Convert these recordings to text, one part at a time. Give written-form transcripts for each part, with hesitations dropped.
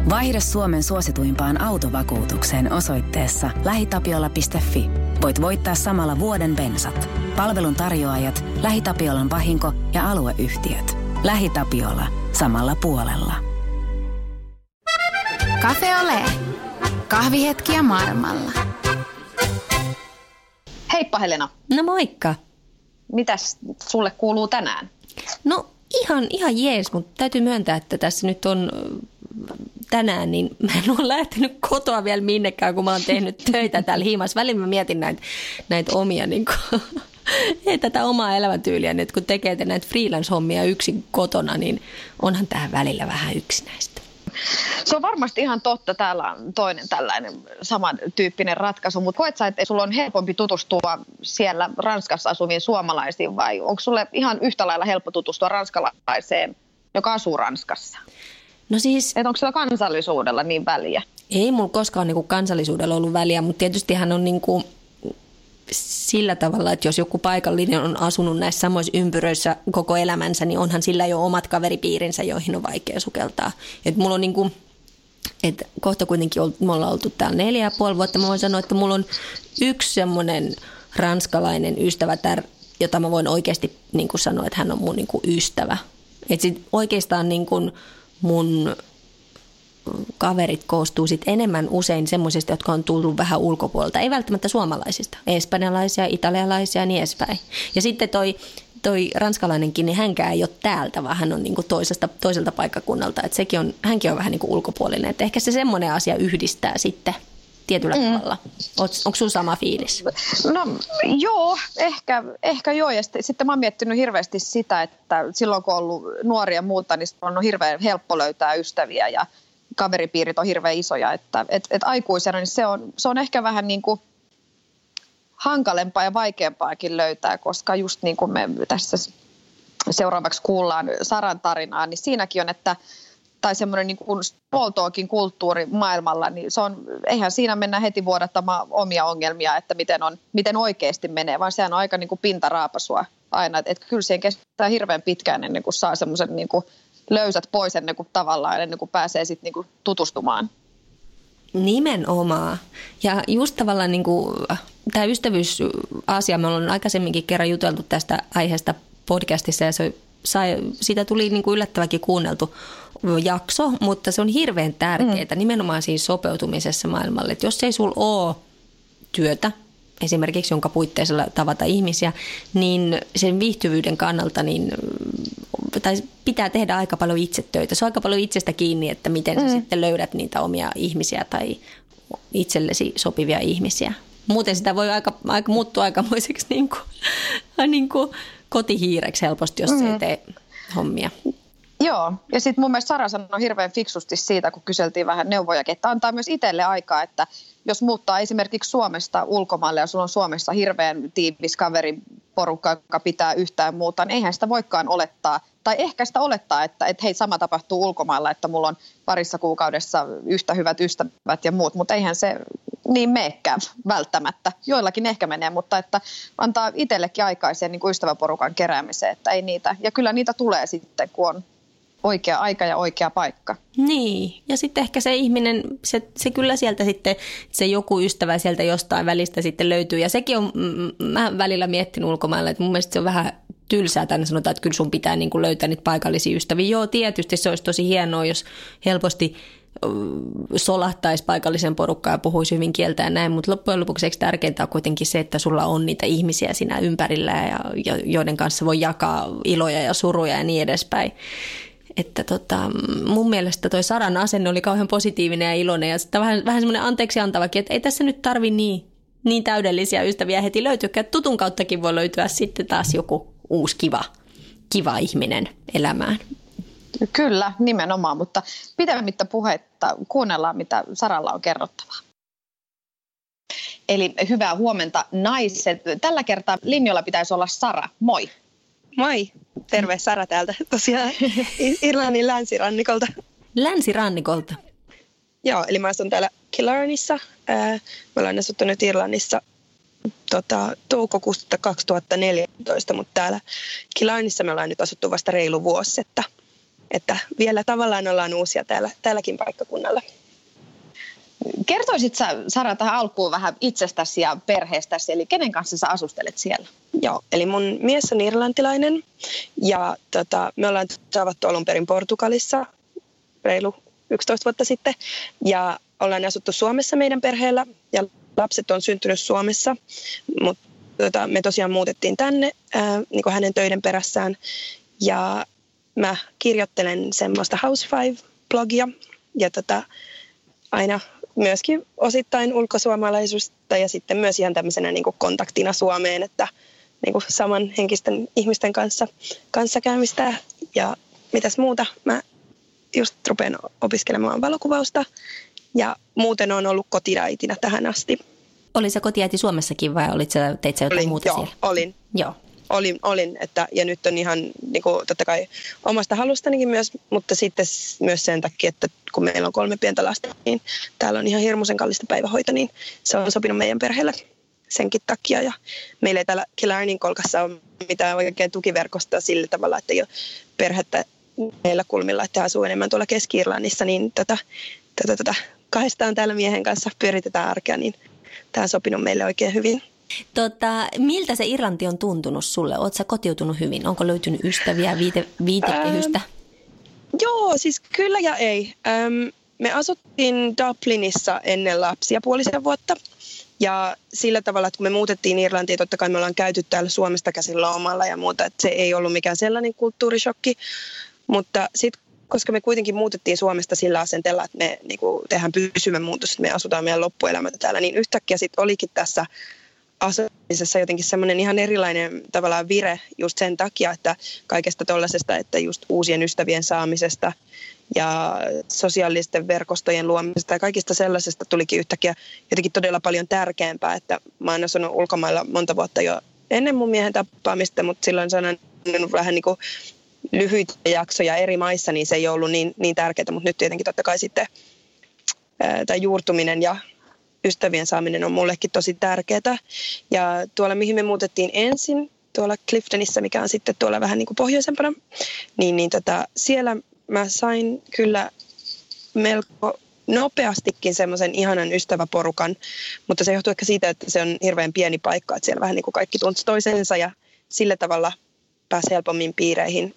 Vaihda Suomen suosituimpaan autovakuutukseen osoitteessa lähitapiola.fi. Voit voittaa samalla vuoden bensat. Palvelun tarjoajat, LähiTapiolan vahinko ja alueyhtiöt. LähiTapiola. Samalla puolella. Cafe Ole. Kahvihetkiä maailmalla. Heippa Helena. No moikka. Mitäs sulle kuuluu tänään? No ihan jees, mutta täytyy myöntää, että tässä nyt on tänään, niin mä en ole lähtenyt kotoa vielä minnekään, kun mä oon tehnyt töitä täällä hiimassa. Välillä mä mietin näitä omia, niin kuin, tätä omaa elämäntyyliä nyt, kun tekee näitä freelance-hommia yksin kotona, niin onhan tää välillä vähän yksinäistä. Se on varmasti ihan totta. Täällä on toinen tällainen samantyyppinen ratkaisu, mutta koet sä, että sulla on helpompi tutustua siellä Ranskassa asuviin suomalaisiin vai onko sulle ihan yhtä lailla helppo tutustua ranskalaiseen, joka asuu Ranskassa? No siis... Että onko sillä kansallisuudella niin väliä? Ei mulla koskaan niin kuin kansallisuudella ollut väliä, mutta tietysti hän on niin kuin sillä tavalla, että jos joku paikallinen on asunut näissä samoissa ympyröissä koko elämänsä, niin onhan sillä jo omat kaveripiirinsä, joihin on vaikea sukeltaa. Että mulla on niin kuin, että kohta kuitenkin me ollaan oltu täällä 4,5 vuotta. Mä voin sanoa, että mulla on yksi semmoinen ranskalainen ystävätär, jota mä voin oikeasti niin kuin sanoa, että hän on mun niin kuin ystävä. Että sit oikeastaan niin kuin mun kaverit koostuu sit enemmän usein semmoisista, jotka on tullut vähän ulkopuolelta. Ei välttämättä suomalaisista. Espanjalaisia, italialaisia ja niin edespäin. Ja sitten toi ranskalainenkin, niin hänkään ei ole täältä, vaan hän on niinku toiselta paikkakunnalta. Että hänkin on vähän niinku ulkopuolinen. Että ehkä se semmoinen asia yhdistää sitten tietyllä tavalla. Onko sun sama fiilis? No joo, ehkä joo. Ja sitten mä oon miettinyt hirveästi sitä, että silloin kun on ollut nuoria ja muuta, niin on hirveän helppo löytää ystäviä ja kaveripiirit on hirveän isoja. Että aikuisena niin se on ehkä vähän niin kuin hankalempaa ja vaikeampaakin löytää, koska just niin kuin me tässä seuraavaksi kuullaan Saran tarinaa, niin siinäkin on, että tai semmoinen niin kuin small talkin kulttuuri maailmalla, niin eihän siinä mennä heti vuodattamaan omia ongelmia, että miten oikeasti menee, vaan sehän on aika niin kuin pintaraapasua aina, että kyllä siihen kestää hirveän pitkään ennen kuin saa semmoisen niin kuin löysät pois ennen kuin pääsee sitten niin kuin tutustumaan. Nimenomaan. Ja just tavallaan niin kuin, tämä ystävyysasia, me ollaan aikaisemminkin kerran juteltu tästä aiheesta podcastissa ja siitä tuli niin kuin yllättäväkin kuunneltu jakso, mutta se on hirveän tärkeää nimenomaan siinä sopeutumisessa maailmalle. Että jos ei sulla ole työtä, esimerkiksi jonka puitteissa tavata ihmisiä, niin sen viihtyvyyden kannalta tai pitää tehdä aika paljon itsetöitä. Se on aika paljon itsestä kiinni, että miten sä sitten löydät niitä omia ihmisiä tai itsellesi sopivia ihmisiä. Muuten sitä voi aika muuttua aikamoiseksi niin kuin kotihiireksi helposti, jos ei tee hommia. Joo, ja sitten mun mielestä Sara sanoi hirveän fiksusti siitä, kun kyseltiin vähän neuvoja, että antaa myös itselle aikaa, että jos muuttaa esimerkiksi Suomesta ulkomaille ja sulla on Suomessa hirveän tiivis kaveriporukka, joka pitää yhtään muuta, niin eihän sitä voikaan olettaa, tai ehkä sitä olettaa, että hei, sama tapahtuu ulkomailla, että mulla on parissa kuukaudessa yhtä hyvät ystävät ja muut, mutta eihän se niin meekään välttämättä. Joillakin ehkä menee, mutta että antaa itsellekin aikaisen niin kuin ystäväporukan keräämiseen, että ei niitä, ja kyllä niitä tulee sitten, kun on oikea aika ja oikea paikka. Niin, ja sitten ehkä se ihminen, se kyllä sieltä sitten, se joku ystävä sieltä jostain välistä sitten löytyy. Ja sekin on, mä välillä miettinyt ulkomailla, että mun mielestä se on vähän tylsää, tänne sanotaan, että kyllä sun pitää niin kuin löytää niitä paikallisia ystäviä. Joo, tietysti se olisi tosi hienoa, jos helposti solahtaisi paikallisen porukkaan ja puhuisi hyvin kieltä ja näin, mutta loppujen lopuksi tärkeintä on kuitenkin se, että sulla on niitä ihmisiä siinä ympärillä ja joiden kanssa voi jakaa iloja ja suruja ja niin edespäin. Että mun mielestä toi Saran asenne oli kauhean positiivinen ja iloinen ja sitten vähän semmoinen anteeksi antavakin, että ei tässä nyt tarvi niin täydellisiä ystäviä heti löytyäkään. Tutun kauttakin voi löytyä sitten taas joku uusi kiva ihminen elämään. Kyllä, nimenomaan, mutta pitemmittä puhetta kuunnellaan, mitä Saralla on kerrottavaa. Eli hyvää huomenta naiset. Tällä kertaa linjoilla pitäisi olla Sara. Moi. Moi. Terve, Sara täältä tosiaan Irlannin länsirannikolta. Länsirannikolta? Joo, eli mä asun täällä Killarneyssa. Me ollaan asuttu nyt Irlannissa toukokuusta 2014, mutta täällä Killarneyssa me ollaan nyt asuttu vasta reilu vuosi, että että vielä tavallaan ollaan uusia täälläkin paikkakunnalla. Kertoisit sä, Sara, tähän alkuun vähän itsestäsi ja perheestäsi, eli kenen kanssa sä asustelet siellä? Joo, eli mun mies on irlantilainen ja me ollaan saavattu alun perin Portugalissa reilu 11 vuotta sitten ja ollaan asuttu Suomessa meidän perheellä ja lapset on syntynyt Suomessa, mutta me tosiaan muutettiin tänne niin kuin hänen töiden perässään ja mä kirjoittelen semmoista Housewife-blogia ja aina myöskin osittain ulkosuomalaisuutta ja sitten myös ihan tämmöisenä niin kuin kontaktina Suomeen, että niin kuin samanhenkisten ihmisten kanssa kanssakäymistä ja mitäs muuta. Mä just rupean opiskelemaan valokuvausta ja muuten on ollut kotiäitinä tähän asti. Oli se kotiäiti Suomessakin vai teit sä jotain muuta siellä? Olin. Joo. Olin, ja nyt on ihan niin kuin, totta kai omasta halustanikin myös, mutta sitten myös sen takia, että kun meillä on 3 pientä lasta, niin täällä on ihan hirmuisen kallista päivähoito, niin se on sopinut meidän perheelle senkin takia. Ja meillä ei täällä Killarneyn kolkassa ole mitään oikein tukiverkostoa sillä tavalla, että ei ole perhettä meillä kulmilla, että asuu enemmän tuolla Keski-Irlannissa, niin kahdestaan täällä miehen kanssa pyöritetään arkea, niin tämä on sopinut meille oikein hyvin. Miltä se Irlanti on tuntunut sulle? Oletko sä kotiutunut hyvin? Onko löytynyt ystäviä, viitekehystä? Joo, siis kyllä ja ei. Me asuttiin Dublinissa ennen lapsia 5,5 vuotta. Ja sillä tavalla, että kun me muutettiin Irlantiin, totta kai me ollaan käyty täällä Suomesta käsin lomalla ja muuta, että se ei ollut mikään sellainen kulttuurishokki. Mutta sitten, koska me kuitenkin muutettiin Suomesta sillä asenteella, että me niinku tehdään pysyvä muutos, että me asutaan meidän loppuelämä täällä, niin yhtäkkiä sitten olikin tässä asumisessa jotenkin semmoinen ihan erilainen tavallaan vire just sen takia, että kaikesta tollaisesta, että just uusien ystävien saamisesta ja sosiaalisten verkostojen luomisesta ja kaikista sellaisesta tulikin yhtäkkiä jotenkin todella paljon tärkeämpää, että mä oon asunut ulkomailla monta vuotta jo ennen mun miehen tapaamista, mutta silloin sanon vähän niin kuin lyhyitä jaksoja eri maissa, niin se ei ollut niin tärkeää, mutta nyt tietenkin totta kai sitten tämä juurtuminen ja ystävien saaminen on mullekin tosi tärkeää. Ja tuolla, mihin me muutettiin ensin, tuolla Cliftonissa, mikä on sitten tuolla vähän niin kuin pohjoisempana, niin siellä mä sain kyllä melko nopeastikin semmoisen ihanan ystäväporukan, mutta se johtuu ehkä siitä, että se on hirveän pieni paikka, että siellä vähän niin kuin kaikki tunsi toisensa ja sillä tavalla pääsi helpommin piireihin.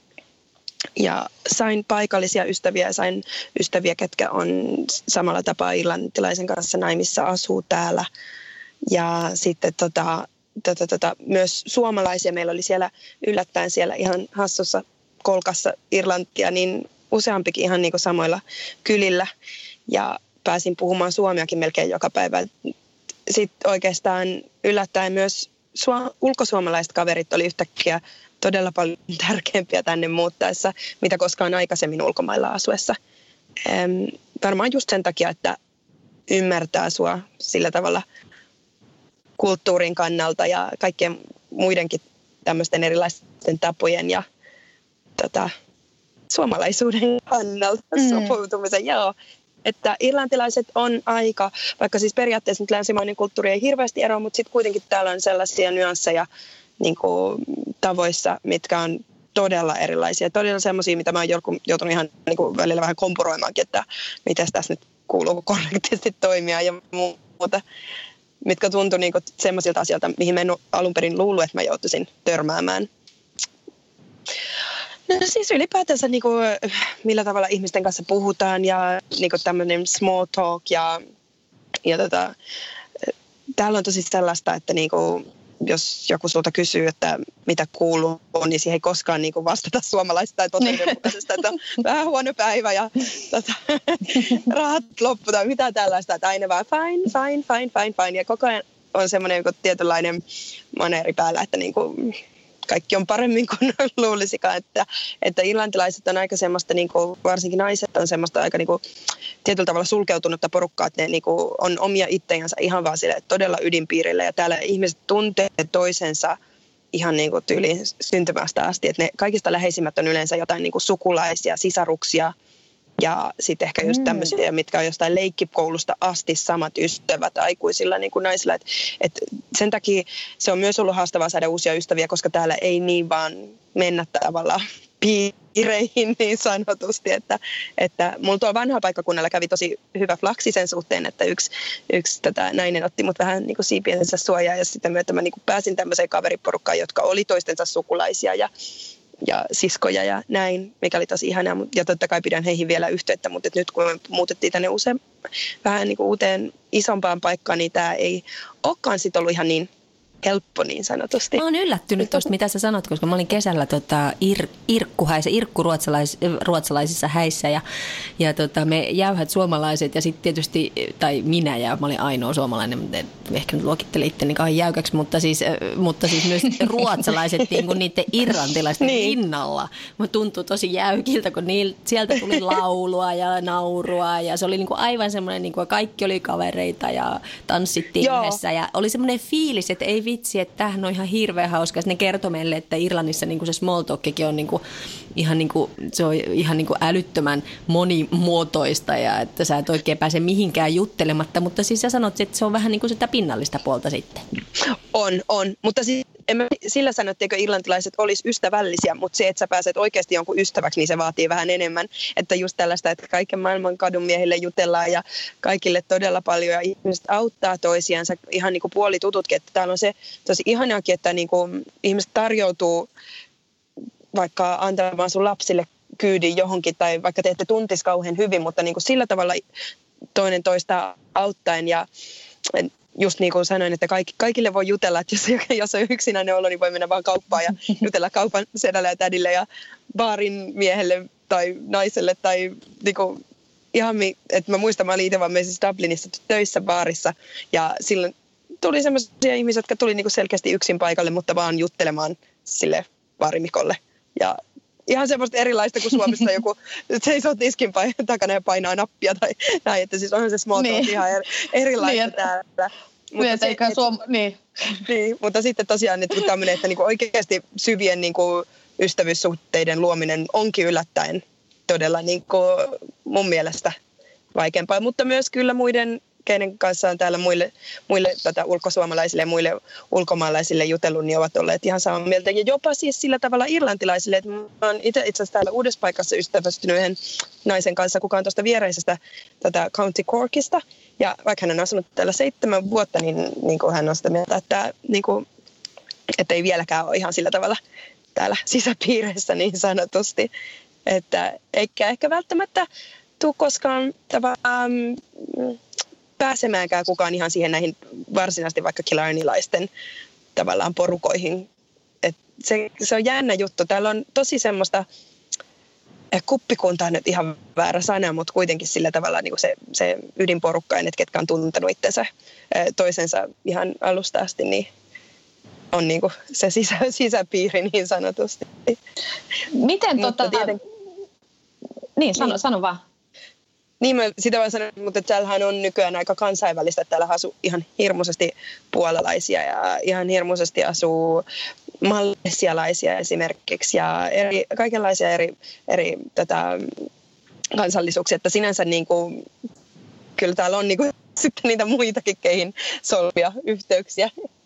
Ja sain paikallisia ystäviä ja sain ystäviä, ketkä on samalla tapaa irlantilaisen kanssa naimissa, asuu täällä. Ja sitten myös suomalaisia. Meillä oli siellä yllättäen siellä ihan hassussa kolkassa Irlantia, niin useampikin ihan niin kuin samoilla kylillä. Ja pääsin puhumaan suomeakin melkein joka päivä. Sitten oikeastaan yllättäen myös ulkosuomalaiset kaverit oli yhtäkkiä todella paljon tärkeämpiä tänne muuttaessa, mitä koskaan aikaisemmin ulkomailla asuessa. Varmaan just sen takia, että ymmärtää sua sillä tavalla kulttuurin kannalta ja kaikkien muidenkin tämmöisten erilaisten tapojen ja suomalaisuuden kannalta sopeutumisen. Joo. Että irlantilaiset on aika, vaikka siis periaatteessa nyt länsimainen kulttuuri ei hirveästi eroa, mutta sitten kuitenkin täällä on sellaisia nyansseja niin kuin tavoissa, mitkä on todella erilaisia. Todella semmoisia, mitä mä oon joutunut ihan niin kuin välillä vähän kompuroimaankin, että miten tässä nyt kuuluu korrektisti toimia ja muuta. Mitkä tuntui niin kuin semmoisilta asioilta, mihin mä en alun perin luullut, että mä joutuisin törmäämään. No siis ylipäätänsä niin kuin, millä tavalla ihmisten kanssa puhutaan ja niin kuin tämmöinen small talk ja täällä on tosi sellaista, että niin kuin, jos joku sulta kysyy, että mitä kuuluu, niin siihen ei koskaan niin kuin vastata suomalaisesta tai totuudenmukaisesta, että on vähän huono päivä ja rahat loppu tai mitä tällaista, että aina vaan fine ja koko ajan on semmoinen joku tietynlainen maneeri päällä, että niin kuin kaikki on paremmin kuin luulisikaan, että irlantilaiset on aika semmoista, niin kuin, varsinkin naiset on semmoista aika niin kuin, tietyllä tavalla sulkeutunutta porukkaa, että ne niin kuin, on omia ittejänsä ihan vaan sille todella ydinpiirillä ja täällä ihmiset tuntee toisensa ihan niin kuin tyyliin syntymästä asti, että ne kaikista läheisimmät on yleensä jotain niin kuin sukulaisia, sisaruksia ja sitten ehkä just tämmöisiä, mitkä on jostain leikkikoulusta asti samat ystävät aikuisilla niin kuin naisilla. Et sen takia se on myös ollut haastavaa saada uusia ystäviä, koska täällä ei niin vaan mennä tavallaan piireihin niin sanotusti, että mulla tuolla vanhalla paikkakunnalla kävi tosi hyvä flaksi sen suhteen, että yksi nainen otti mut vähän niin kuin siipiensä suojaa ja sitä myötä mä niin kuin pääsin tämmöiseen kaveriporukkaan, jotka oli toistensa sukulaisia ja siskoja ja näin, mikä oli tosi ihanaa. Ja totta kai pidän heihin vielä yhteyttä, mutta nyt kun me muutettiin tänne vähän niin kuin uuteen isompaan paikkaan, niin tämä ei olekaan sitten ollut ihan niin helppo niin sanotusti. Mä oon yllättynyt tuosta, mitä sä sanot, koska mä olin kesällä ruotsalaisissa häissä ja me jäyhät suomalaiset ja sitten tietysti, tai minä ja mä olin ainoa suomalainen, mutta ehkä nyt luokittelin itteni kauhean jäykäksi, mutta siis myös ruotsalaiset niin kuin niiden irlantilaisten rinnalla. Mä tuntui tosi jäykiltä, kun sieltä tuli laulua ja naurua ja se oli niin kuin aivan semmoinen, niin kuin kaikki oli kavereita ja tanssittiin yhdessä ja oli semmoinen fiilis, että ei vitsi, että tämähän on ihan hirveän hauska. Ne kertoi meille, että Irlannissa niin kuin se small talkikin on se on ihan niin kuin älyttömän monimuotoista ja että sä et oikein pääse mihinkään juttelematta, mutta siis sä sanot, että se on vähän niin kuin sitä pinnallista puolta sitten. On, mutta siis en mä sillä sano, etteikö irlantilaiset olisi ystävällisiä, mutta se, että sä pääset oikeasti jonkun ystäväksi, niin se vaatii vähän enemmän. Että just tällaista, että kaiken maailman kadun miehille jutellaan ja kaikille todella paljon ja ihmiset auttaa toisiansa ihan niin kuin puolitututkin. Että täällä on se tosi ihanaakin, että niin kuin ihmiset tarjoutuu vaikka antamaan sun lapsille kyydin johonkin tai vaikka te ette tuntisi kauhean hyvin, mutta niin kuin sillä tavalla toinen toista auttaen ja just niin kuin sanoin, että kaikille voi jutella, että jos on yksinäinen olo, niin voi mennä vaan kauppaan ja jutella kaupan sedälle ja tädille ja baarin miehelle tai naiselle tai niin kuin että mä muistan, mä olin itse vaan meissä Dublinissa töissä baarissa ja silloin tuli semmoisia ihmisiä, jotka tuli niin kuin selkeästi yksin paikalle, mutta vaan juttelemaan sille baarimikolle ja ihan semmoista erilaista kuin Suomessa joku seisoo tiskin takana ja painaa nappia tai näin, että siis onhan se small talk ihan erilaista niin, täällä. Mutta sitten tosiaan että tämmöinen, että niinku oikeasti syvien niinku ystävyyssuhteiden luominen onkin yllättäen todella niinku mun mielestä vaikeampaa, mutta myös kyllä muiden keiden kanssa on täällä muille ulkosuomalaisille ja muille ulkomaalaisille jutellut, niin ovat olleet ihan samaa mieltä. Ja jopa siis sillä tavalla irlantilaisille, että mä oon itse asiassa täällä uudessa paikassa ystävästynyt yhden naisen kanssa, kuka on tuosta viereisestä County Corkista. Ja vaikka hän on asunut täällä 7 vuotta, niin kuin hän on sitä mieltä, että, niin kuin, että ei vieläkään ole ihan sillä tavalla täällä sisäpiireissä niin sanotusti. Että eikä ehkä välttämättä tule koskaan pääsemäänkään kukaan ihan siihen näihin varsinaisesti vaikka killarnilaisten tavallaan porukoihin. Et se on jännä juttu. Täällä on tosi semmoista, kuppikunta on nyt ihan väärä sana, mutta kuitenkin sillä tavalla niin kuin se ydinporukkainen, ketkä on tuntenut itsensä toisensa ihan alusta asti, niin on niin kuin se sisäpiiri niin sanotusti. Miten Niin, sano vaan. Niin, mä sitä vaan sanon, mutta täällähän on nykyään aika kansainvälistä. Täällä asuu ihan hirmuisesti puolalaisia ja ihan hirmuisesti asuu malesialaisia esimerkiksi ja kaikenlaisia eri kansallisuuksia. Että sinänsä niin kuin, kyllä täällä on niin kuin, sitten niitä muitakin, keihin solmia yhteyksiä.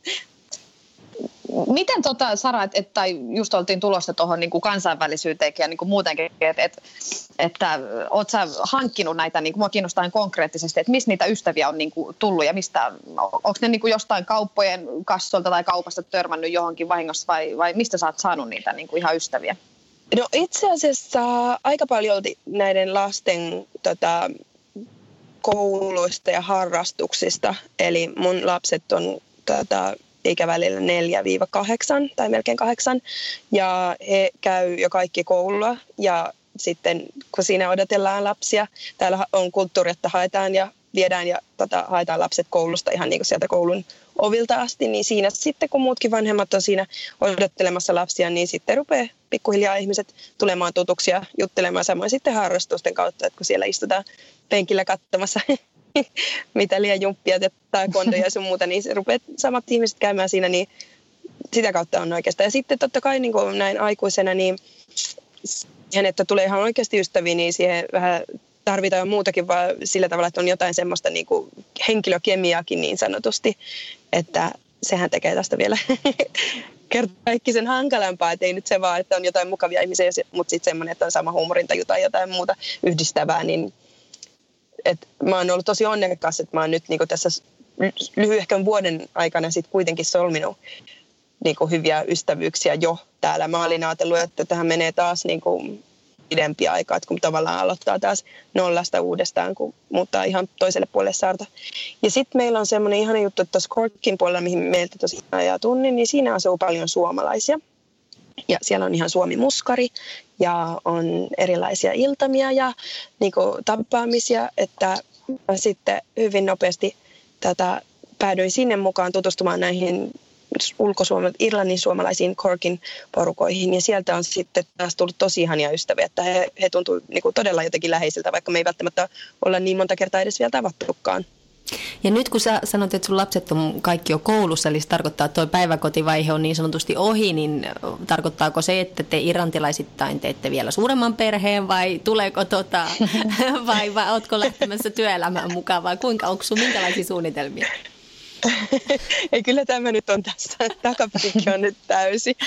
Miten Sara, että just oltiin tulossa tuohon niin kansainvälisyyteenkin ja niin kuin muutenkin, että oot sä hankkinut näitä, niin kuin mua kiinnostaa konkreettisesti, että missä niitä ystäviä on niin kuin tullut ja onko ne niin kuin jostain kauppojen kassolta tai kaupasta törmännyt johonkin vahingossa vai mistä sä oot saanut niitä niin kuin ihan ystäviä? No itse asiassa aika paljon näiden lasten kouluista ja harrastuksista, eli mun lapset on ikävälillä 4-8 tai melkein 8 ja he käy jo kaikki koulua ja sitten kun siinä odotellaan lapsia, täällä on kulttuuri, että haetaan ja viedään ja haetaan lapset koulusta ihan niin kuin sieltä koulun ovilta asti, niin siinä sitten kun muutkin vanhemmat on siinä odottelemassa lapsia, niin sitten rupeaa pikkuhiljaa ihmiset tulemaan tutuksi ja juttelemaan samoin sitten harrastusten kautta, että kun siellä istutaan penkillä katsomassa mitä liian jumppia tai kondoja ja sun muuta, niin se rupeat samat ihmiset käymään siinä, niin sitä kautta on oikeastaan. Ja sitten totta kai niin kuin näin aikuisena, niin siihen, että tulee ihan oikeasti ystäviä, niin siihen vähän tarvitaan jo muutakin, vaan sillä tavalla, että on jotain semmoista niin kuin henkilökemiaakin niin sanotusti, että sehän tekee tästä vielä kertoo kaikki sen hankalampaa, että ei nyt se vaan, että on jotain mukavia ihmisiä, mutta sitten semmoinen, että on sama huumorintaju tai jotain muuta yhdistävää, niin että mä oon ollut tosi onnekas, että mä oon nyt niinku tässä lyhyehkön vuoden aikana sitten kuitenkin solminut niinku hyviä ystävyyksiä jo täällä. Mä olin ajatellut, että tähän menee taas niinku pidempi aika, että kun tavallaan aloittaa taas nollasta uudestaan, kun muuttaa ihan toiselle puolelle saarta. Ja sitten meillä on semmoinen ihana juttu, että tuossa Corkin puolella, mihin meiltä tosi ajaa tunnin, niin siinä asuu paljon suomalaisia. Ja siellä on ihan Suomi-muskari ja on erilaisia iltamia ja niinku tapaamisia, että mä sitten hyvin nopeasti päädyin sinne mukaan tutustumaan näihin Irlannin suomalaisiin Corkin porukoihin, ja sieltä on sitten taas tullut tosi ihania ystäviä, että he tuntuu niinku todella jotenkin läheisiltä, vaikka me ei välttämättä olla niin monta kertaa edes vielä tavattukaan. Ja nyt kun sä sanot, että sun lapset on kaikki jo koulussa, eli se tarkoittaa, että tuo päiväkotivaihe on niin sanotusti ohi, niin tarkoittaako se, että te irlantilaisittain teette vielä suuremman perheen, vai tuleeko vai ootko lähtemässä työelämään mukaan, vai onko sun minkälaisia suunnitelmia? Ei, kyllä tämä nyt on tässä, takapenkki on nyt täysi.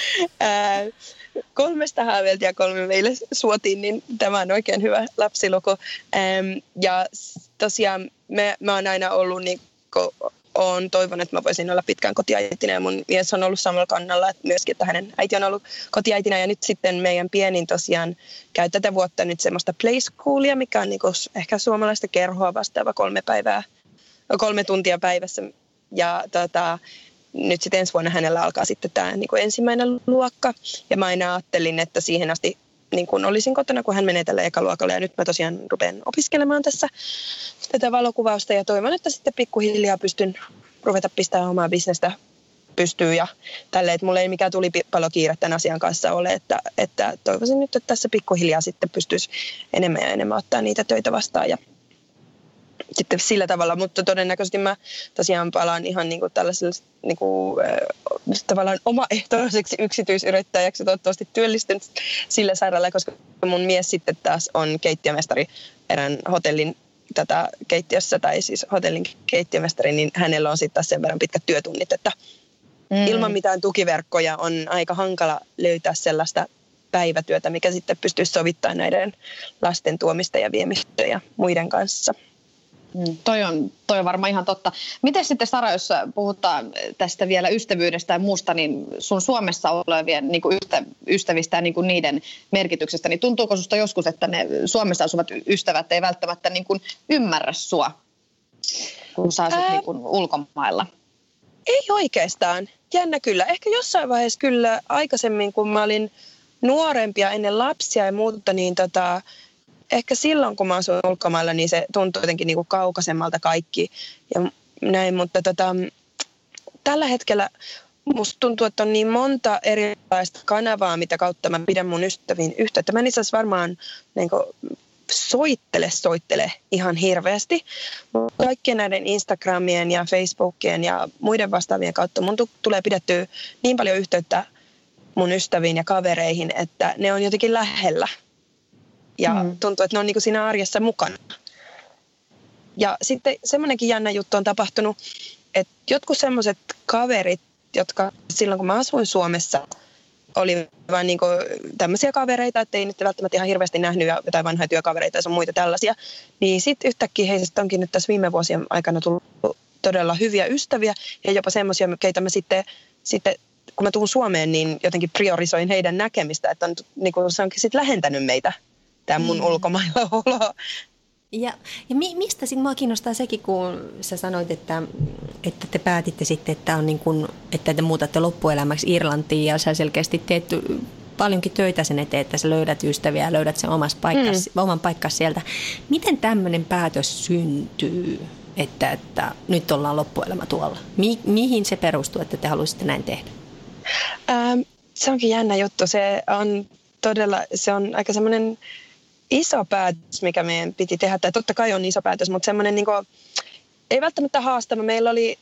3 haaveilta ja 3 meille suotiin, niin tämä on oikein hyvä lapsiluku. Ja tosiaan mä oon aina ollut, niin olen toivonut, että mä voisin olla pitkään kotiäitinä, ja mun mies on ollut samalla kannalla, että myöskin, että hänen äiti on ollut kotiäitinä, ja nyt sitten meidän pienin tosiaan käy tätä vuotta nyt semmoista play schoolia, mikä on niin kuin ehkä suomalaista kerhoa vastaava 3 tuntia päivässä. Ja nyt sitten ensi vuonna hänellä alkaa sitten tämä niin kuin ensimmäinen luokka. Ja mä aina ajattelin, että siihen asti niin kuin olisin kotona, kun hän menee tällä ekaluokalla. Ja nyt mä tosiaan rupean opiskelemaan tässä tätä valokuvausta. Ja toivon, että sitten pikkuhiljaa pystyn ruveta pistämään omaa bisnestä pystyyn. Ja tälleen, että mulla ei mikään tulipalokiire tämän asian kanssa ole. Että toivoisin nyt, että tässä pikkuhiljaa sitten pystyisi enemmän ja enemmän ottaa niitä töitä vastaan. Ja sitten sillä tavalla, mutta todennäköisesti mä tosiaan palaan ihan niin kuin tällaiselle niin kuin, tavallaan omaehtoiseksi yksityisyrittäjäksi, toivottavasti työllistyn sillä saralla, koska mun mies sitten taas on keittiömestari erään hotellin keittiössä, tai siis hotellin keittiömestari, niin hänellä on sitten taas sen verran pitkät työtunnit, että ilman mitään tukiverkkoja on aika hankala löytää sellaista päivätyötä, mikä sitten pystyisi sovittamaan näiden lasten tuomista ja viemistä ja muiden kanssa. Toi on varmaan ihan totta. Miten sitten, Sara, jos puhutaan tästä vielä ystävyydestä ja muusta, niin sun Suomessa olevien niin kuin ystävistä ja niin kuin niiden merkityksestä, niin tuntuuko susta joskus, että ne Suomessa asuvat ystävät ei välttämättä niin kuin ymmärrä sua, kun sä asut niin kuin ulkomailla? Ei oikeastaan. Jännä kyllä. Ehkä jossain vaiheessa kyllä aikaisemmin, kun mä olin nuorempia ennen lapsia ja muuta, niin ehkä silloin, kun mä asuin ulkomailla, niin se tuntui jotenkin niin kuin kaukaisemmalta kaikki ja näin, mutta tällä hetkellä musta tuntuu, että on niin monta erilaista kanavaa, mitä kautta mä pidän mun ystäviin yhteyttä. Mä en itse asiassa varmaan niin kuin soittele ihan hirveästi. Kaikkien näiden Instagramien ja Facebookien ja muiden vastaavien kautta mun tulee pidettyä niin paljon yhteyttä mun ystäviin ja kavereihin, että ne on jotenkin lähellä. Ja tuntuu, että ne on niin kuin siinä arjessa mukana. Ja sitten semmoinenkin jännä juttu on tapahtunut, että jotkut semmoiset kaverit, jotka silloin kun mä asuin Suomessa, oli vain niin kuin tämmöisiä kavereita, että ei nyt välttämättä ihan hirveästi nähnyt jotain vanhoja työkavereita ja sun muita tällaisia. Niin sitten yhtäkkiä heistä onkin nyt tässä viime vuosien aikana tullut todella hyviä ystäviä ja jopa semmoisia, keitä mä sitten kun mä tuun Suomeen, niin jotenkin priorisoin heidän näkemistä, että on, niin kuin se onkin sitten lähentänyt meitä. Tämä mun ulkomailla olo. Ja mistä sitten mua kiinnostaa sekin, kun sä sanoit, että te päätitte sitten, että, on niin kun, että te muutatte loppuelämäksi Irlantiin ja sä selkeästi teet paljonkin töitä sen eteen, että sä löydät ystäviä ja löydät sen oman paikkas sieltä. Miten tämmöinen päätös syntyy, että nyt ollaan loppuelämä tuolla? Mihin se perustuu, että te haluaisitte näin tehdä? Se onkin jännä juttu. Se on aika semmoinen iso päätös, mikä meidän piti tehdä. Tai totta kai on iso päätös, mutta semmoinen niin kuin, ei välttämättä haastava. Meillä oli,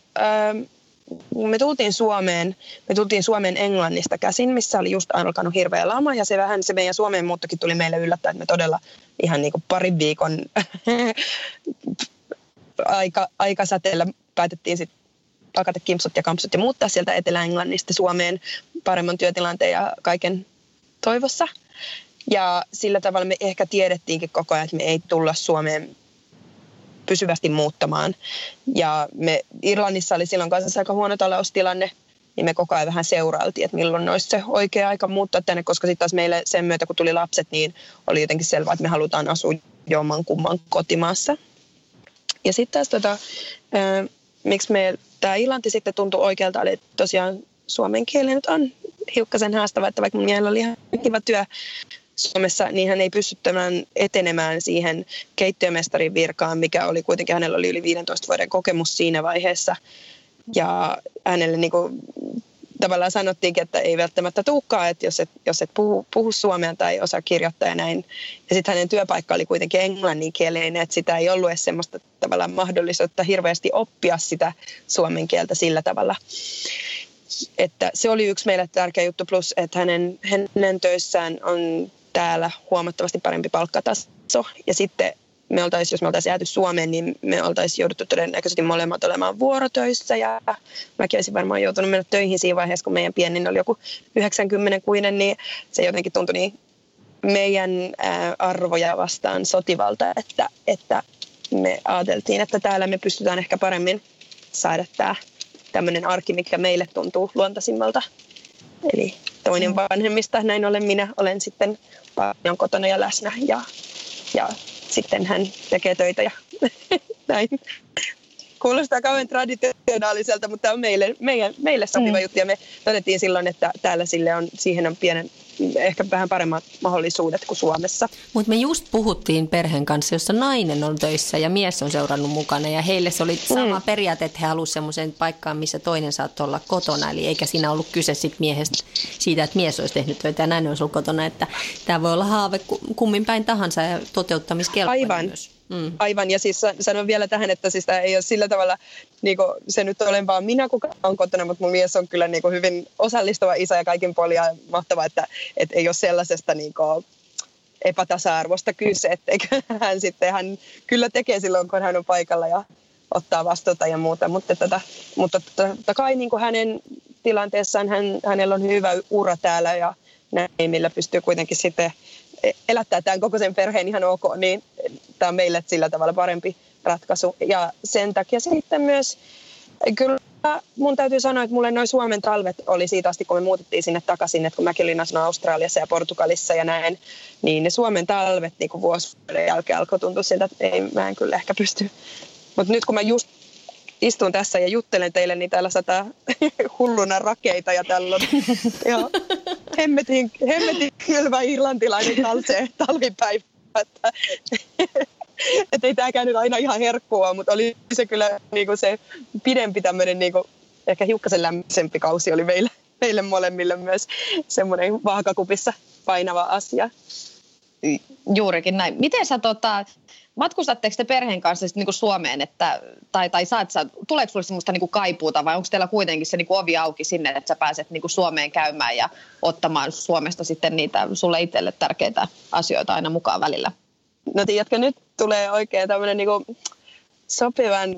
me tultiin Suomeen Englannista käsin, missä oli just alkanut hirveä lama. Ja se meidän Suomeen muuttokin tuli meille yllättäen, että me todella ihan niin kuin parin viikon aikasäteellä päätettiin sitten pakata kimpsut ja kampsut ja muuttaa sieltä Etelä-Englannista Suomeen paremman työtilanteen ja kaiken toivossa. Ja sillä tavalla me ehkä tiedettiinkin koko ajan, että me ei tulla Suomeen pysyvästi muuttamaan. Ja me Irlannissa oli silloin kanssa aika huono taloustilanne, niin me koko ajan vähän seurailtiin, että milloin olisi se oikea aika muuttaa tänne, koska sitten taas meille sen myötä, kun tuli lapset, niin oli jotenkin selvää, että me halutaan asua jomman kumman kotimaassa. Ja sitten taas miksi tämä Irlanti sitten tuntui oikealta, oli tosiaan suomen kieli nyt on hiukkasen haastava, että vaikka mun mielestä oli ihan kiva työ Suomessa, niin hän ei pysty etenemään siihen keittiömestarin virkaan, mikä oli kuitenkin, hänellä oli yli 15 vuoden kokemus siinä vaiheessa. Ja hänelle niin kuin, tavallaan sanottiinkin, että ei välttämättä tulekaan, että jos et puhu suomea tai osaa kirjoittaa ja näin. Ja sitten hänen työpaikka oli kuitenkin englanninkielinen, että sitä ei ollut edes semmoista tavallaan mahdollisuutta hirveästi oppia sitä suomen kieltä sillä tavalla. Että se oli yksi meille tärkeä juttu, plus että hänen töissään on täällä huomattavasti parempi palkkataso. Ja sitten jos me oltaisiin jääty Suomeen, niin me oltaisiin jouduttu todennäköisesti molemmat olemaan vuorotöissä. Ja mäkin olisin varmaan joutunut mennä töihin siinä vaiheessa, kun meidän pienin oli joku 90-kuinen, niin se jotenkin tuntui niin meidän arvoja vastaan sotivalta, että me ajateltiin, että täällä me pystytään ehkä paremmin saada tämä tämmöinen arki, mikä meille tuntuu luontaisimmalta. Eli toinen vanhemmista, näin ollen minä olen sitten paljon kotona ja läsnä ja sitten hän tekee töitä ja näin. Kuulostaa kauhean traditionaaliselta, mutta tämä on meille sopiva juttu ja me todettiin silloin, että täällä siihen on ehkä vähän paremmat mahdollisuudet kuin Suomessa. Mutta me just puhuttiin perheen kanssa, jossa nainen on töissä ja mies on seurannut mukana ja heille se oli sama periaate, että he halusivat semmoisen paikkaan, missä toinen saattoi olla kotona. Eli eikä siinä ollut kyse miehestä siitä, että mies olisi tehnyt töitä ja nainen olisi ollut kotona. Että tämä voi olla haave kummin päin tahansa ja toteuttamiskelpoinen myös. Aivan, ja siis sanon vielä tähän, että siis tämä ei ole sillä tavalla, niin kuin, se nyt olen vaan minä, kuka on kotona, mutta mun mies on kyllä niin kuin hyvin osallistava isä ja kaikin puolin ja mahtava, että ei ole sellaisesta niin kuin epätasa-arvosta kyse, että hän kyllä tekee silloin, kun hän on paikalla ja ottaa vastuuta ja muuta, mutta totta kai niin kuin hänen tilanteessaan hänellä on hyvä ura täällä ja näin, millä pystyy kuitenkin sitten elättää tämän koko sen perheen ihan ok, niin tämä on meille sillä tavalla parempi ratkaisu. Ja sen takia sitten myös, kyllä mun täytyy sanoa, että mulle noin Suomen talvet oli siitä asti, kun me muutettiin sinne takaisin, että kun mäkin olin asunut Australiassa ja Portugalissa ja näin, niin ne Suomen talvet niin kuin vuosien jälkeen alkoi tuntua siltä, että mä en kyllä ehkä pysty. Mutta nyt kun mä just istun tässä ja juttelen teille, niin täällä sataa hulluna rakeita ja täällä on hemmetin kylmä irlantilainen kalsee talvipäivä. Että ei tämäkään nyt aina ihan herkkua, mutta oli se kyllä niinku se pidempi tämmöinen niinku, ehkä hiukkasen lämmisempi kausi oli meille molemmille myös semmoinen vaakakupissa painava asia. Juurikin näin. Miten sä matkustatteko te perheen kanssa niin kuin Suomeen, tuleeko sinulle sellaista niin kuin kaipuuta vai onko teillä kuitenkin se niin kuin ovi auki sinne, että sä pääset niin kuin Suomeen käymään ja ottamaan Suomesta sitten niitä sulle itselle tärkeitä asioita aina mukaan välillä? No tiedätkö, nyt tulee oikein tämmöinen niin kuin sopivan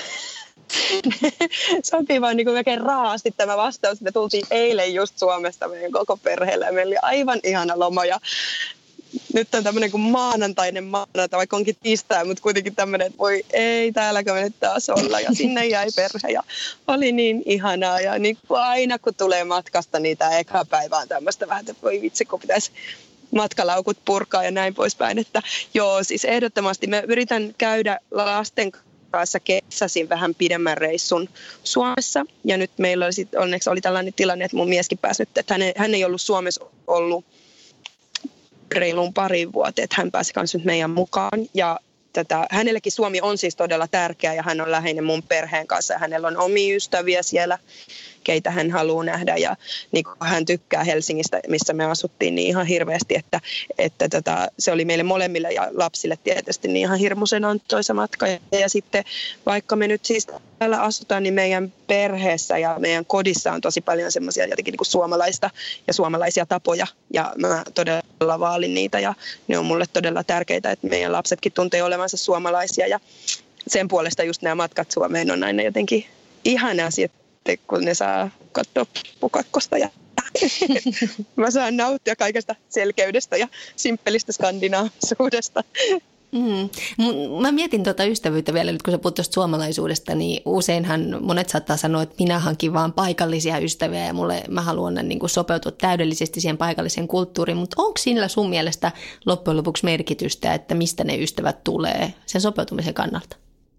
niin kuin melkein raasti tämä vastaus. Me tultiin eilen just Suomesta meidän koko perheelle ja meillä oli aivan ihana loma ja nyt on tämmöinen kuin maanantai, vaikka onkin tiistai, mutta kuitenkin tämmöinen, että voi ei, täälläkö me nyt taas olla. Ja sinne jäi perhe ja oli niin ihanaa. Ja niin aina kun tulee matkasta, niin tämä eka päivä on tämmöistä vähän, että voi vitsi, kun pitäisi matkalaukut purkaa ja näin poispäin. Että joo, siis ehdottomasti me yritän käydä lasten kanssa kesäsin vähän pidemmän reissun Suomessa. Ja nyt meillä onneksi oli tällainen tilanne, että mun mieskin pääsi nyt, että hän ei ollut Suomessa ollut reiluun pari vuotta, että hän pääsi kanssa nyt meidän mukaan. Ja hänellekin Suomi on siis todella tärkeä ja hän on läheinen mun perheen kanssa ja hänellä on omia ystäviä siellä, keitä hän haluaa nähdä ja niin kuin hän tykkää Helsingistä, missä me asuttiin niin ihan hirveästi, että se oli meille molemmille ja lapsille tietysti niin ihan hirmuisen antoisa matka. Ja sitten vaikka me nyt siis täällä asutaan, niin meidän perheessä ja meidän kodissa on tosi paljon semmoisia jotenkin niin kuin suomalaista ja suomalaisia tapoja ja mä todella vaalin niitä ja ne on mulle todella tärkeitä, että meidän lapsetkin tuntee olevansa suomalaisia ja sen puolesta just nämä matkat Suomeen on aina jotenkin ihanaa sitten, kun ne saa katsoa Pukakkosta ja mä saan nauttia kaikesta selkeydestä ja simppelistä skandinaavisuudesta. Mä mietin tuota ystävyyttä vielä nyt, kun sä puhut tuosta suomalaisuudesta, niin useinhan monet saattaa sanoa, että minä hankin vaan paikallisia ystäviä ja mä haluan niin kuin sopeutua täydellisesti siihen paikalliseen kulttuuriin, mutta onko sillä sun mielestä loppujen lopuksi merkitystä, että mistä ne ystävät tulee sen sopeutumisen kannalta?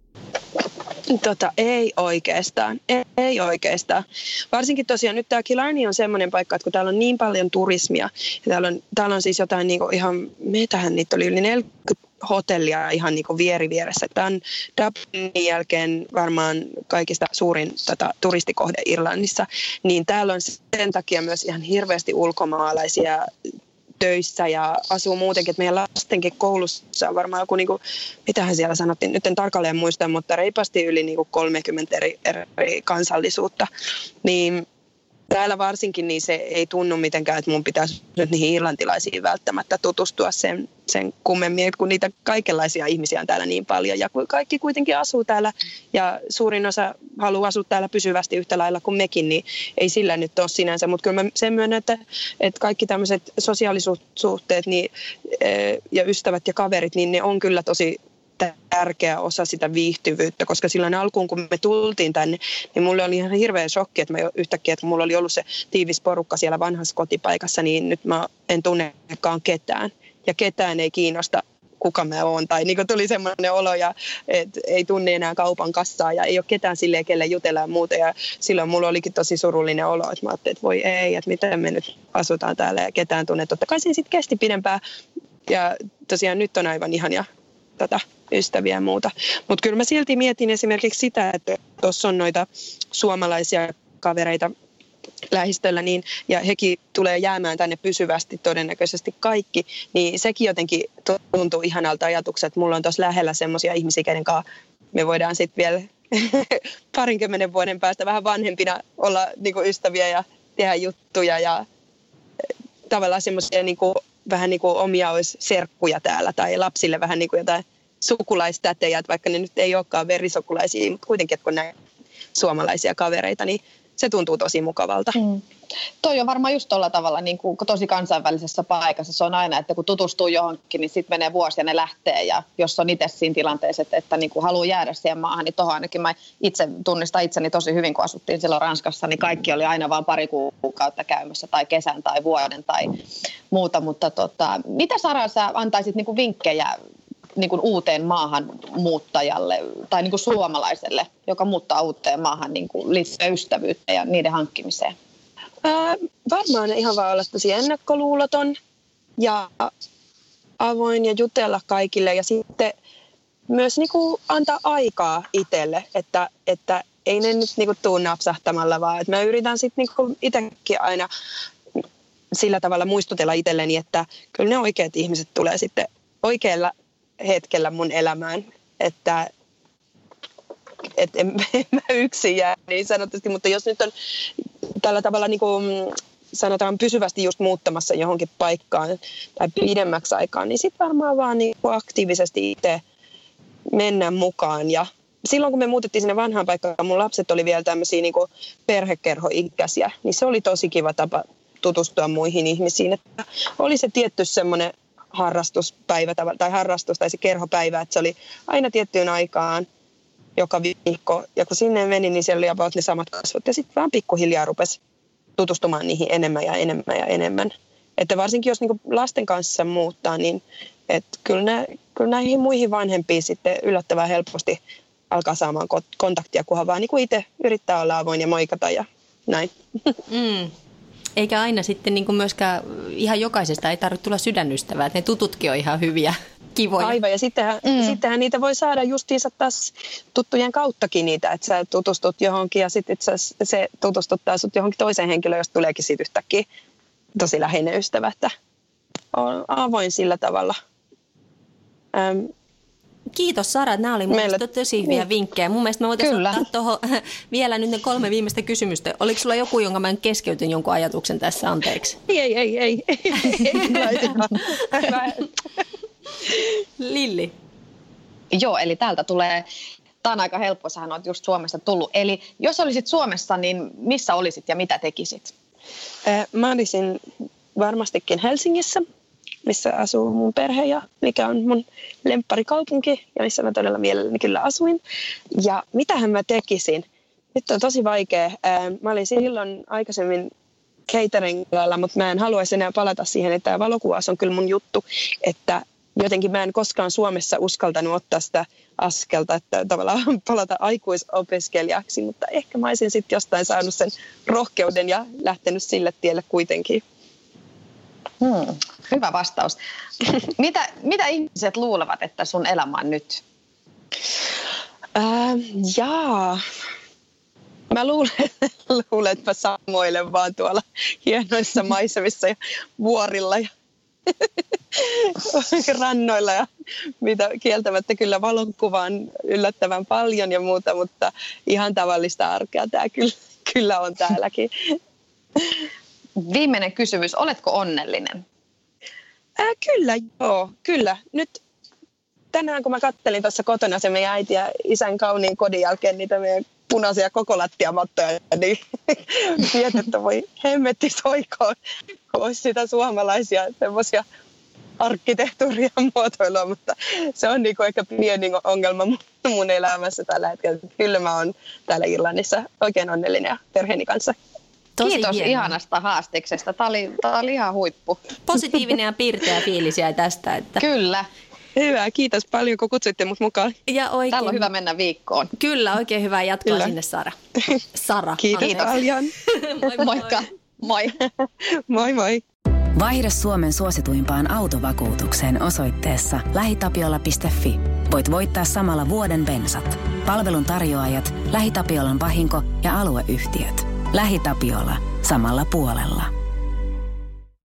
Ei oikeastaan. Ei oikeastaan. Varsinkin tosiaan nyt tämä Killarney on semmoinen paikka, että kun täällä on niin paljon turismia, ja täällä on siis jotain niin ihan, meitähän niitä oli yli 40 hotellia ihan niin kuin vieressä. Tämä on Dublinin jälkeen varmaan kaikista suurin turistikohde Irlannissa, niin täällä on sen takia myös ihan hirveästi ulkomaalaisia töissä ja asuu muutenkin, että meidän lastenkin koulussa on varmaan joku, niin kuin, mitähän siellä sanottiin, nyt en tarkalleen muista, mutta reipasti yli niin kuin 30 eri kansallisuutta, niin täällä varsinkin niin se ei tunnu mitenkään, että mun pitäisi nyt niihin irlantilaisiin välttämättä tutustua sen kummemmin, kun niitä kaikenlaisia ihmisiä on täällä niin paljon ja kaikki kuitenkin asuu täällä ja suurin osa haluaa asua täällä pysyvästi yhtä lailla kuin mekin, niin ei sillä nyt ole sinänsä, mutta kyllä mä sen myönnän, että kaikki tämmöiset sosiaalisuhteet niin, ja ystävät ja kaverit, niin ne on kyllä tosi tärkeä osa sitä viihtyvyyttä, koska silloin alkuun, kun me tultiin tänne, niin mulle oli ihan hirveä shokki, että yhtäkkiä, että mulla oli ollut se tiivis porukka siellä vanhassa kotipaikassa, niin nyt mä en tunnekaan ketään. Ja ketään ei kiinnosta, kuka mä oon. Tai niin kuin tuli semmoinen olo, että ei tunne enää kaupan kassaa ja ei ole ketään silleen, kelle jutella ja muuta. Ja silloin mulla olikin tosi surullinen olo, että mä ajattelin, että voi ei, että miten me nyt asutaan täällä ja ketään tunne. Totta kai se sitten kesti pidempään ja tosiaan nyt on aivan ihania ystäviä ja muuta. Mutta kyllä mä silti mietin esimerkiksi sitä, että tuossa on noita suomalaisia kavereita lähistöllä, niin, ja hekin tulee jäämään tänne pysyvästi todennäköisesti kaikki, niin sekin jotenkin tuntuu ihanalta ajatukselta, että mulla on tuossa lähellä semmoisia ihmisiä, kenen kanssa me voidaan sitten vielä 20 vuoden päästä vähän vanhempina olla niinku ystäviä ja tehdä juttuja ja tavallaan semmoisia niinku vähän niin kuin omia olisi serkkuja täällä tai lapsille vähän niin kuin jotain sukulaistätejä, vaikka ne nyt ei olekaan verisukulaisia, mutta kuitenkin, että kun näin suomalaisia kavereita, niin se tuntuu tosi mukavalta. Toi on varmaan just tuolla tavalla niin kuin tosi kansainvälisessä paikassa. Se on aina, että kun tutustuu johonkin, niin sitten menee vuosi ja ne lähtee. Ja jos on itse siinä tilanteessa, että niin kuin haluaa jäädä siihen maahan, niin tuohon ainakin mä itse tunnistan itseni tosi hyvin, kun asuttiin silloin Ranskassa, niin kaikki oli aina vaan pari kuukautta käymässä tai kesän tai vuoden tai muuta. Mutta mitä Sara sä antaisit niin kuin vinkkejä niin kuin uuteen maahanmuuttajalle tai niin kuin suomalaiselle, joka muuttaa uuteen maahan niin kuin liittyen ystävyyttä ja niiden hankkimiseen? Varmaan ihan vaan olla tosi ennakkoluuloton ja avoin ja jutella kaikille ja sitten myös niin kuin antaa aikaa itselle, että ei ne nyt niin kuin tuu napsahtamalla, vaan että mä yritän sitten niin kuin itsekin aina sillä tavalla muistutella itselleni, että kyllä ne oikeat ihmiset tulee sitten oikealla hetkellä mun elämään, että en mä yksin jää niin sanotusti, mutta jos nyt on tällä tavalla niin kuin sanotaan pysyvästi just muuttamassa johonkin paikkaan tai pidemmäksi aikaan, niin sitten varmaan vaan niin kuin aktiivisesti itse mennä mukaan. Ja silloin kun me muutettiin sinne vanhaan paikkaan, mun lapset oli vielä tämmöisiä niin kuin perhekerhoikäisiä, niin se oli tosi kiva tapa tutustua muihin ihmisiin. Että oli se tietty semmoinen harrastuspäivä tai harrastus tai se kerhopäivä, että se oli aina tiettyyn aikaan joka viikko. Ja kun sinne meni, niin siellä oli about ne samat kasvot. Ja sitten vaan pikkuhiljaa rupesi tutustumaan niihin enemmän ja enemmän ja enemmän. Että varsinkin jos niinku lasten kanssa muuttaa, niin kyllä näihin muihin vanhempiin sitten yllättävän helposti alkaa saamaan kontaktia, kunhan vaan niinku itse yrittää olla avoin ja moikata ja näin. Eikä aina sitten niin kuin myöskään ihan jokaisesta ei tarvitse tulla sydänystävää, että ne tututkin on ihan hyviä, kivoja. Aivan, ja sittenhän niitä voi saada justiinsa taas tuttujen kauttakin niitä, että sä tutustut johonkin ja sitten se tutustuttaa sut johonkin toiseen henkilöön, josta tuleekin siitä yhtäkkiä tosi läheinen ystävä, että on avoin sillä tavalla. Kiitos Sara, nämä oli mun mielestä tosi hyviä vinkkejä. Mun mielestä me voitaisiin ottaa tuohon vielä nyt ne 3 viimeistä kysymystä. Oliko sulla joku, jonka mä keskeytyn jonkun ajatuksen tässä? Anteeksi. Ei. Lilli. Joo, eli täältä tulee Tämä on aika helppo, sähän olet just Suomesta tullut. Eli jos olisit Suomessa, niin missä olisit ja mitä tekisit? Mä olisin varmastikin Helsingissä, missä asuu mun perhe ja mikä on mun lempparikaupunki ja missä mä todella mielelläni kyllä asuin. Ja mitähän mä tekisin? Nyt on tosi vaikea. Mä olin silloin aikaisemmin catering-alalla, mutta mä en haluaisi enää palata siihen, että tämä valokuvaus on kyllä mun juttu, että jotenkin mä en koskaan Suomessa uskaltanut ottaa sitä askelta, että tavallaan palata aikuisopiskelijaksi, mutta ehkä mä olisin sitten jostain saanut sen rohkeuden ja lähtenyt sille tielle kuitenkin. Hyvä vastaus. Mitä ihmiset luulevat, että sun elämä on nyt? Mä luulen, että mä samoilen vaan tuolla hienoissa maisemissa ja vuorilla ja rannoilla ja mitä kieltämättä kyllä valokuva on yllättävän paljon ja muuta, mutta ihan tavallista arkea tämä kyllä on täälläkin. Viimeinen kysymys, oletko onnellinen? Kyllä. Nyt tänään kun mä kattelin tuossa kotona se meidän äiti ja isän kauniin kodin jälkeen niitä meidän punaisia koko lattiamattoja, niin mietin, että voi hemmetti soikoon, olisi sitä suomalaisia semmoisia arkkitehtuuria muotoilua, mutta se on niinku ehkä pieni ongelma mun elämässä tällä hetkellä. Kyllä mä oon täällä Irlannissa oikein onnellinen ja perheeni kanssa. Kiitos ihanasta haastiksesta. Tämä oli ihan huippu. Positiivinen ja pirteä fiilis jäi tästä. Että... Kyllä. Hyvä, kiitos paljon kun kutsuitte mut mukaan. Ja oikein... Täällä on hyvä mennä viikkoon. Kyllä, oikein hyvää jatkoa kyllä. Sinne Sara. Kiitos paljon. Moikka. Moi. Moi moi. Vaihda Suomen suosituimpaan autovakuutukseen osoitteessa lähitapiola.fi. Voit voittaa samalla vuoden bensat. Palvelun tarjoajat, LähiTapiolan vahinko ja alueyhtiöt. LähiTapiola. Samalla puolella.